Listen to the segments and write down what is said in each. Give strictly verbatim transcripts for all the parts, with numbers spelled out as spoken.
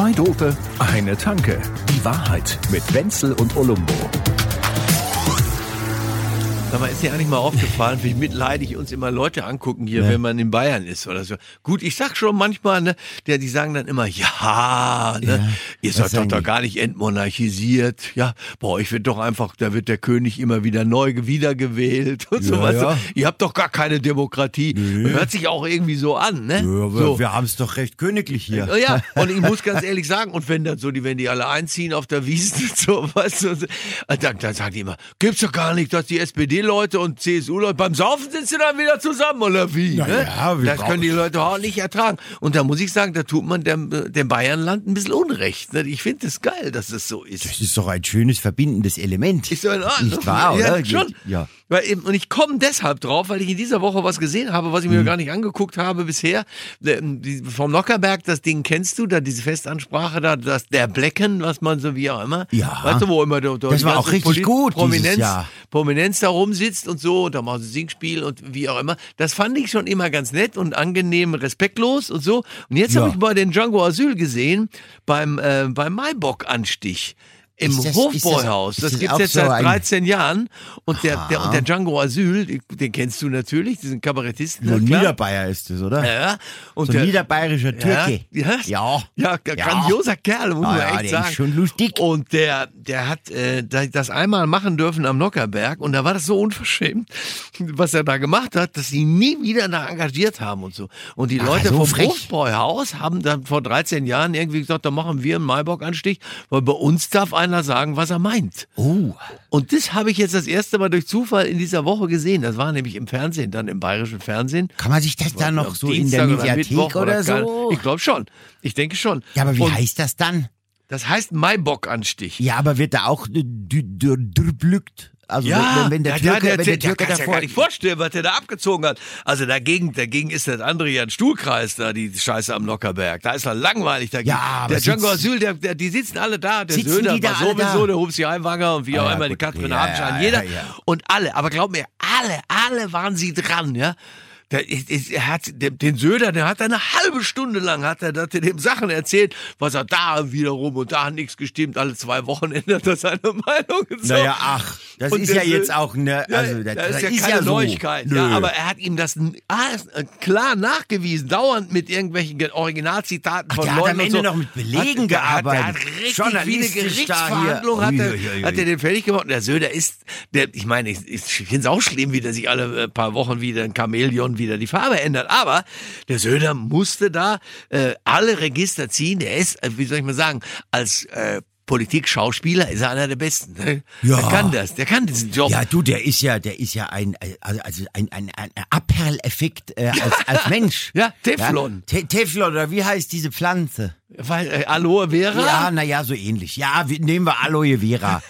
Zwei Dope, eine Tanke. Die Wahrheit mit Wenzel und Olumbo. Sag mal, ist dir eigentlich mal aufgefallen, wie mitleidig uns immer Leute angucken hier, ja. wenn man in Bayern ist oder so. Gut, ich sag schon manchmal, ne, der, die sagen dann immer, ja, ne, ja, ihr seid doch da gar nicht entmonarchisiert, ja, bei euch wird doch einfach, da wird der König immer wieder neu wiedergewählt und ja, so was. Ja. Ihr habt doch gar keine Demokratie. Nee. Hört sich auch irgendwie so an, ne? Ja, wir, so. wir haben es doch recht königlich hier. Ja, und ich muss ganz ehrlich sagen, und wenn dann so, die, wenn die alle einziehen auf der Wiesn und so, weißt du, dann, dann sagen die immer, gibt's doch gar nicht, dass die S P D Leute und C S U-Leute beim Saufen sind sie dann wieder zusammen, oder wie? Na Ne? ja, wir das können die Leute auch nicht ertragen. Und da muss ich sagen, da tut man dem, dem Bayernland ein bisschen Unrecht. Ne? Ich finde es geil, dass es so ist. Das ist doch ein schönes verbindendes Element. Ist doch in Ordnung. Nicht wahr, oder? Ja, schon. Ja. Weil eben, und ich komme deshalb drauf, weil ich in dieser Woche was gesehen habe, was ich mir hm. gar nicht angeguckt habe bisher. Vom Nockerberg, das Ding kennst du, da diese Festansprache, da das der Blecken, was man so wie auch immer. Ja. Weißt du, wo immer da, da das war auch richtig Polit gut Prominenz, Jahr. Prominenz da rumsitzt und so, und da machen sie Singspiel und wie auch immer. Das fand ich schon immer ganz nett und angenehm, respektlos und so. Und jetzt ja. habe ich mal den Django Asyl gesehen beim äh, beim Maibock-Anstich. Im das, Hofbräuhaus. Das, das gibt's jetzt so seit dreizehn Jahren. Und der, der, und der Django Asyl, den kennst du natürlich, diesen Kabarettisten. So ein Niederbayer ist das, oder? Ja. Und so ein der, niederbayerischer Türke. Ja. Ja, ja, ja grandioser Kerl, muss ah, man ja, echt der sagen. Ist schon lustig. Und der, der hat äh, das einmal machen dürfen am Nockerberg. Und da war das so unverschämt, was er da gemacht hat, dass sie nie wieder da engagiert haben und so. Und die Ach, Leute so vom frech. Hofbräuhaus haben dann vor dreizehn Jahren irgendwie gesagt, da machen wir einen Maibock-Anstich, weil bei uns darf einer sagen, was er meint. Oh. Und das habe ich jetzt das erste Mal durch Zufall in dieser Woche gesehen. Das war nämlich im Fernsehen, dann im bayerischen Fernsehen. Kann man sich das dann noch so Dienstag in der Mediathek oder, oder so? Kann, ich glaube schon. Ich denke schon. Ja, aber wie Und heißt das dann? Das heißt Maibock-Anstich. Ja, aber wird da auch drüblückt? Also ja, wenn, wenn der ja, Türke, der, der, wenn der der, Türke der davor... gar nicht vorstellen, was der da abgezogen hat. Also dagegen, dagegen ist das andere ja ein Stuhlkreis da, die Scheiße am Nockerberg. Da ist er langweilig dagegen. Ja, der Django sitzt, Asyl, der, der, die sitzen alle da. Der sitzen Söder die da war sowieso, da? der Hupsi Aiwanger und wie ah, auch ja, immer, gut, die Katrin ja, Habenschein, ja, jeder. Ja, ja. Und alle, aber glaub mir, alle, alle waren sie dran, ja. Der, er hat den Söder, der hat eine halbe Stunde lang hat er, hat er dem Sachen erzählt, was er da wiederum und da hat nichts gestimmt. Alle zwei Wochen ändert er seine Meinung. Und so. Naja, ach, das und ist ja jetzt auch eine, also ja, das, das ist ja ist keine ja so. Neuigkeit. Ja, aber er hat ihm das klar nachgewiesen, dauernd mit irgendwelchen Originalzitaten ach, von der Leuten hat am Ende und so. noch mit Belegen hat, gearbeitet. Der hat richtig wie eine Gerichtsverhandlung hat er, hat er den fertig gemacht. Und der Söder ist, der, ich meine, ich, ich finde es auch schlimm, wie der sich alle paar Wochen wieder ein Chamäleon wieder die Farbe ändert. Aber der Söder musste da äh, alle Register ziehen. Der ist, äh, wie soll ich mal sagen, als äh, Politik-Schauspieler ist er einer der Besten. Ne? Ja. Der kann das, der kann diesen Job. Ja, du, der ist ja, der ist ja ein, also, also ein, ein, ein Abperleffekt äh, als, als Mensch. Ja, Teflon. Ja? Te Teflon, oder wie heißt diese Pflanze? Weil, äh, Aloe Vera? Ja, naja, so ähnlich. Ja, wir, nehmen wir Aloe Vera.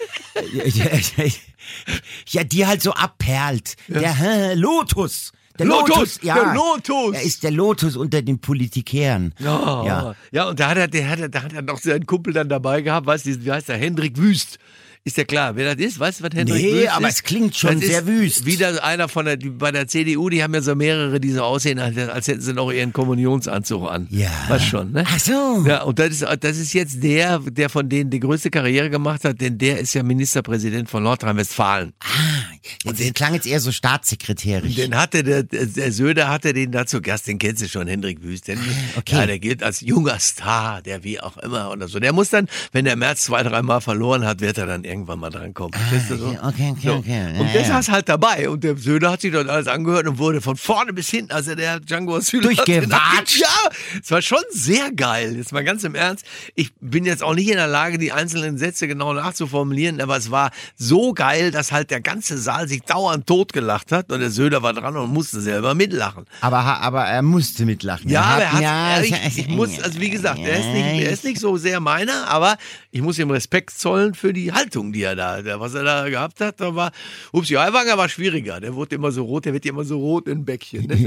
Ja, die halt so abperlt. Ja. Der äh, Lotus. Der Lotus, Lotus, ja. der Lotus. Er ist der Lotus unter den Politikern. Ja, ja. ja, und da hat er, der hat er, da hat er noch seinen Kumpel dann dabei gehabt, weißt du, wie heißt der? Hendrik Wüst. Ist ja klar, wer das ist, weißt du, was Hendrik nee, Wüst aber ist? es klingt schon das sehr ist wüst. Wieder einer von der, die, bei der C D U, die haben ja so mehrere, die so aussehen, als, als hätten sie noch ihren Kommunionsanzug an. Ja. Was schon, ne? Ach so. Ja, und das ist, das ist jetzt der, der von denen die größte Karriere gemacht hat, denn der ist ja Ministerpräsident von Nordrhein-Westfalen. Ah, und den klang jetzt eher so staatssekretärisch. Den hatte der, der Söder hatte den da zu Gast, den kennst du schon, Hendrik Wüst. Den, okay. Ja, der gilt als junger Star, der wie auch immer oder so. Der muss dann, wenn der März zwei, dreimal verloren hat, wird er dann irgendwann mal drankommen. Ah, so? okay, okay, so. okay. Ja, und der ja. saß halt dabei und der Söder hat sich dort alles angehört und wurde von vorne bis hinten, also der Django Asyl durchgewatscht. Ja, es war schon sehr geil. Jetzt mal ganz im Ernst. Ich bin jetzt auch nicht in der Lage, die einzelnen Sätze genau nachzuformulieren, aber es war so geil, dass halt der ganze Saal sich dauernd totgelacht hat und der Söder war dran und musste selber mitlachen. Aber, aber er musste mitlachen. Ja, aber er hat, ja, er, ich, ich muss, also wie gesagt, er ist nicht, er ist nicht so sehr meiner, aber ich muss ihm Respekt zollen für die Haltung, die er da, der, was er da gehabt hat. Da war, Hupsi Aiwanger war schwieriger. Der wurde immer so rot, der wird immer so rot in Bäckchen. Ne?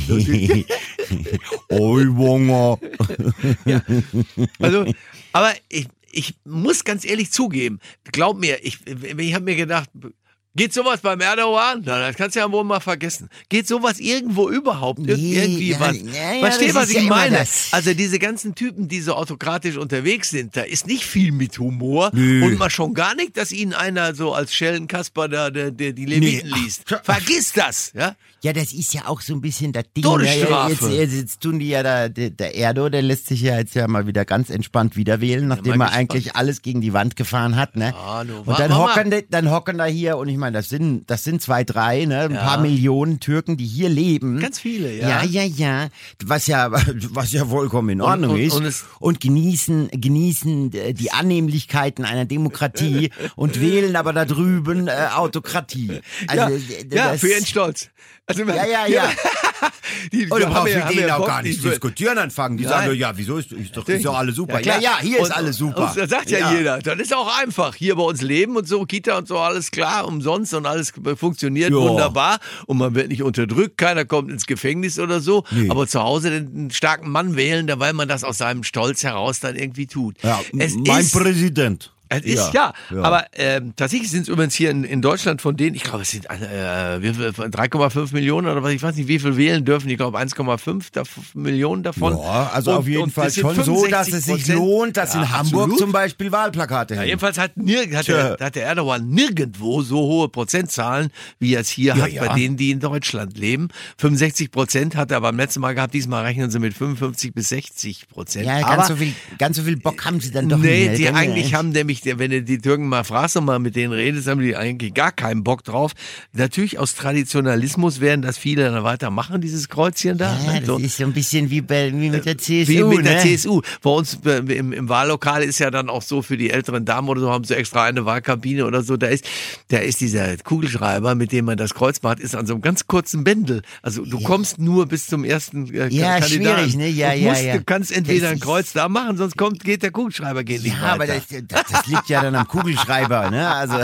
Aiwanger. Ja. Also, aber ich, ich muss ganz ehrlich zugeben, glaub mir, ich, ich habe mir gedacht, Geht sowas beim Erdogan? Na, das kannst du ja wohl mal vergessen. Geht sowas irgendwo überhaupt? Ir Nee, irgendwie ja, was? ja, ja, Versteh, das was ist ich ja immer meine? das. Also diese ganzen Typen, die so autokratisch unterwegs sind, da ist nicht viel mit Humor. Nö. Und mal schon gar nicht, dass ihnen einer so als Schellenkasper da der, der die Leviten Nee. liest. Vergiss das, ja? Ja, das ist ja auch so ein bisschen das Ding. Todesstrafe. Ja, jetzt, jetzt, jetzt tun die ja da, der, der Erdo, der lässt sich ja jetzt ja mal wieder ganz entspannt wieder wählen, nachdem mal er gespannt. eigentlich alles gegen die Wand gefahren hat, ne? Ja, du, und dann wa- wa- hocken, die- dann hocken da hier, und ich meine, das sind, das sind zwei, drei, ne? Ein Ja. paar Millionen Türken, die hier leben. Ganz viele, ja. Ja, ja, ja. Was ja, was ja vollkommen in Ordnung und- ist. und es- Und genießen, genießen äh, die Annehmlichkeiten einer Demokratie und wählen aber da drüben äh, Autokratie. Also, ja, äh, ja, das- für ihren Stolz. Also, Ja, ja, ja. die, Und die da brauchst du haben mit denen ja auch Bock, gar nicht die- diskutieren anfangen. Die Nein. sagen nur, ja, wieso ist, ist, doch, ist doch alles super. Ja, klar. ja, hier ist Und- alles super. Und das sagt ja, jeder. Dann ist auch einfach. Hier bei uns leben und so, Kita und so, alles klar, umsonst und alles funktioniert Ja. wunderbar. Und man wird nicht unterdrückt, keiner kommt ins Gefängnis oder so. Nee. Aber zu Hause den starken Mann wählen, da weil man das aus seinem Stolz heraus dann irgendwie tut. Ja, es mein ist, Präsident. Es ist ja, ja. aber ähm, tatsächlich sind es übrigens hier in, in Deutschland von denen, ich glaube, es sind äh, wie viel, drei Komma fünf Millionen oder was, ich weiß nicht, wie viel wählen dürfen. Ich glaube, eins Komma fünf dav- Millionen davon. Ja, also Und- auf jeden und Fall das sind schon so, dass es sich fünfundsechzig lohnt, dass Ja, in Hamburg absolut. zum Beispiel Wahlplakate Ja, hängen. jedenfalls hat, nir hat, Tja. der, hat der Erdogan nirgendwo so hohe Prozentzahlen, wie er es hier Ja, hat, ja. bei denen, die in Deutschland leben. fünfundsechzig Prozent hat er beim letzten Mal gehabt, diesmal rechnen sie mit fünfundfünfzig bis sechzig Prozent. Ja, Aber ganz so, viel, ganz so viel Bock haben sie dann doch nee, nicht mehr. die Dann- eigentlich haben nämlich, wenn du die Türken mal fragst und mal mit denen redest, haben die eigentlich gar keinen Bock drauf. Natürlich aus Traditionalismus werden das viele dann weitermachen, dieses Kreuzchen da. Ja, ne? das So. ist so ein bisschen wie, bei, wie mit der C S U, Wie mit ne? der C S U. Bei uns äh, im, im Wahllokal ist ja dann auch so, für die älteren Damen oder so, haben sie extra eine Wahlkabine oder so. Da ist, da ist dieser Kugelschreiber, mit dem man das Kreuz macht, ist an so einem ganz kurzen Bändel. Also du kommst nur bis zum ersten äh, Ja, Kandidaten. schwierig, ne? Ja, und ja, musst, ja. Du kannst entweder Das ein ist- Kreuz da machen, sonst kommt, geht der Kugelschreiber geht nicht Ja, aber weiter. das, das, das liegt ja dann am Kugelschreiber, ne? Also,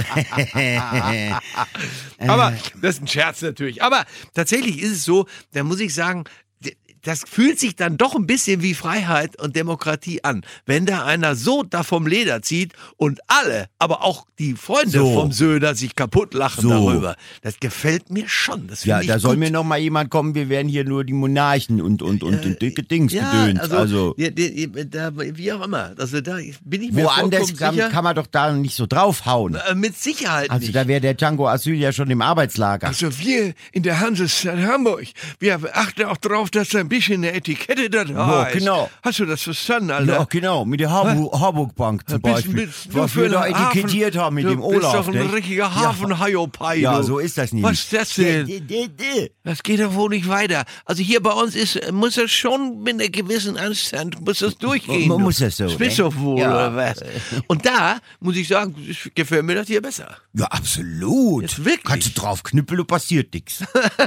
Aber das ist ein Scherz natürlich. Aber tatsächlich ist es so, da muss ich sagen, d- das fühlt sich dann doch ein bisschen wie Freiheit und Demokratie an. Wenn da einer so da vom Leder zieht und alle, aber auch die Freunde So. vom Söder sich kaputt lachen So. darüber. Das gefällt mir schon. Das ja, finde ich da soll gut. mir noch mal jemand kommen, wir werden hier nur die Monarchen und, und, und, und dicke Dings gedöns. also, Also, die, die, die, da, wie auch immer. Also da bin ich mir woanders vollkommen kann, sicher. kann man doch da nicht so draufhauen. Äh, mit Sicherheit Also nicht. da wäre der Django Asyl ja schon im Arbeitslager. Also wir in der Hansestadt Hamburg, wir achten auch drauf, dass da ein bisschen eine Etikette da Ja, ist. genau. Hast du das verstanden, Alter? Ja, genau, mit der Harburg, Harburg Bank zum Bist- Beispiel. bist du was für wir da einen etikettiert Hafen- haben mit du dem bist Olaf. doch ein ne? richtiger Hafenhaiopai. Ja, du. so ist das nicht. Was ist das denn? D- d- d- Das geht doch wohl nicht weiter. Also hier bei uns ist, muss das schon mit einer gewissen Anstand, muss das durchgehen. Man du. muss das so, Das ne? bist doch wohl, Ja. oder was? Und da, muss ich sagen, gefällt mir das hier besser. Ja, absolut. Jetzt wirklich? Kannst du drauf knüppeln und passiert nichts.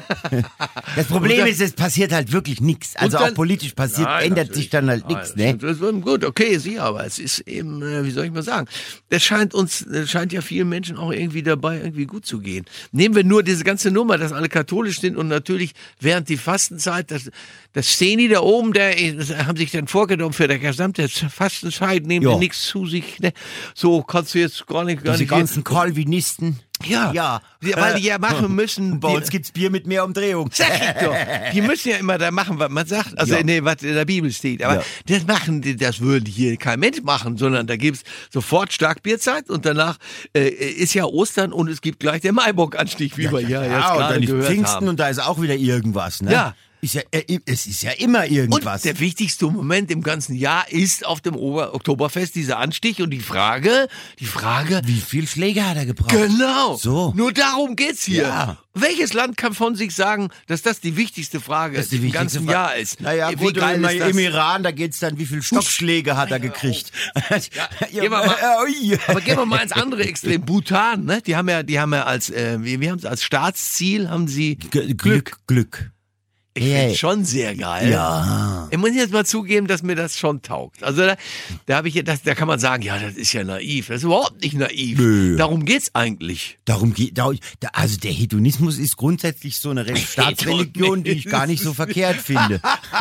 Das Problem Und dann- ist, es passiert halt wirklich nichts. Also Und dann- auch politisch passiert, Nein, ändert natürlich. sich dann halt Nein, nichts, ne? das ist gut, okay, sicher, aber es ist eben, äh, wie soll ich mal sagen, das scheint uns, das scheint ja vielen Menschen auch irgendwie dabei irgendwie gut zu gehen. Nehmen wir nur diese ganze Nummer, dass alle katholisch sind und natürlich während die Fastenzeit, das, das Steni da oben, der das haben sich dann vorgenommen für die gesamte Fastenzeit, nehmen Ja. die nichts zu sich, ne? So kannst du jetzt gar nicht, gar Diese nicht. ganzen Calvinisten. ja, Ja. Die- weil die ja machen müssen. Bei die- uns gibt's Bier mit mehr Umdrehung. Sag ich doch. Die müssen ja immer da machen, was man sagt. Also, Ja. nee, was in der Bibel steht. Aber Ja. das machen, die- das würde hier kein Mensch machen, sondern da gibt's sofort Starkbierzeit und danach äh, ist ja Ostern und es gibt gleich den Maibock-Anstich, wie wir ja, jetzt und gerade dann ist gehört Pfingsten haben. und da ist auch wieder irgendwas, ne? Ja. Ist ja, äh, es ist ja immer irgendwas. Und der wichtigste Moment im ganzen Jahr ist auf dem Ober Oktoberfest dieser Anstich und die Frage, die Frage, Wie viel Schläge hat er gebraucht? genau, So. nur darum geht's hier. Ja. Welches Land kann von sich sagen, dass das die wichtigste Frage Das ist die im wichtigste ganzen Frage. Jahr ist? Naja, Wie gut, geil im, ist das? im Iran, da geht's dann, wie viel Stockschläge hat er gekriegt? Ja, gehen wir mal, Ui. aber gehen wir mal ins andere Extrem. Bhutan, ne? Die haben ja, die haben ja als, äh, wie, wie haben sie als Staatsziel haben sie G- Glück, Glück. Ich Hey. finde schon sehr geil. Ja. Ich muss jetzt mal zugeben, dass mir das schon taugt. Also da, da habe ich ja, das, da kann man sagen, ja, das ist ja naiv. Das ist überhaupt nicht naiv. Nö. Darum geht's eigentlich. Darum geht, da, da- also der Hedonismus ist grundsätzlich so eine Re- Staatsreligion, die ich gar nicht so verkehrt finde.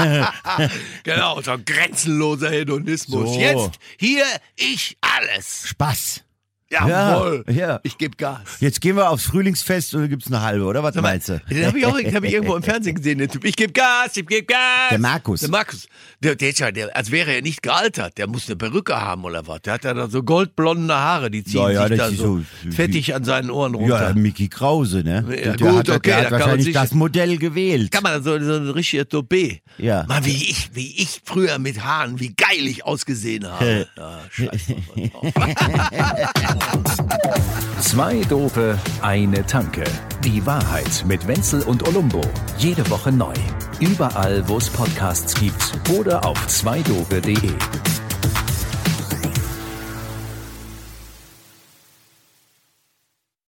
Genau, so ein grenzenloser Hedonismus. So. Jetzt, hier, ich, alles. Spaß. Jawohl. Ja, ja. Ich gebe Gas. Jetzt gehen wir aufs Frühlingsfest und dann gibt's eine halbe, oder? Was meinst du? Den habe ich auch hab ich irgendwo im Fernsehen gesehen, der Typ. Ich gebe Gas, ich gebe Gas. Der Markus. Der Markus. Der, der ist ja, der, als wäre er nicht gealtert. Der muss eine Perücke haben oder was. Der hat ja da so goldblonde Haare, die ziehen Ja, ja, sich das da ist so, so- fettig an seinen Ohren runter. Ja, Mickey Krause, ne? Ja, der gut, hat, okay, der da hat kann man wahrscheinlich sich- das Modell gewählt. Kann man so, so ein richtiger Topé. Ja. Mann, wie ich, wie ich früher mit Haaren, wie geil ich ausgesehen habe. Ja, scheiße. Zwei Dope, eine Tanke. Die Wahrheit mit Wenzel und Olumbo. Jede Woche neu. Überall, wo es Podcasts gibt oder auf zweidope punkt de.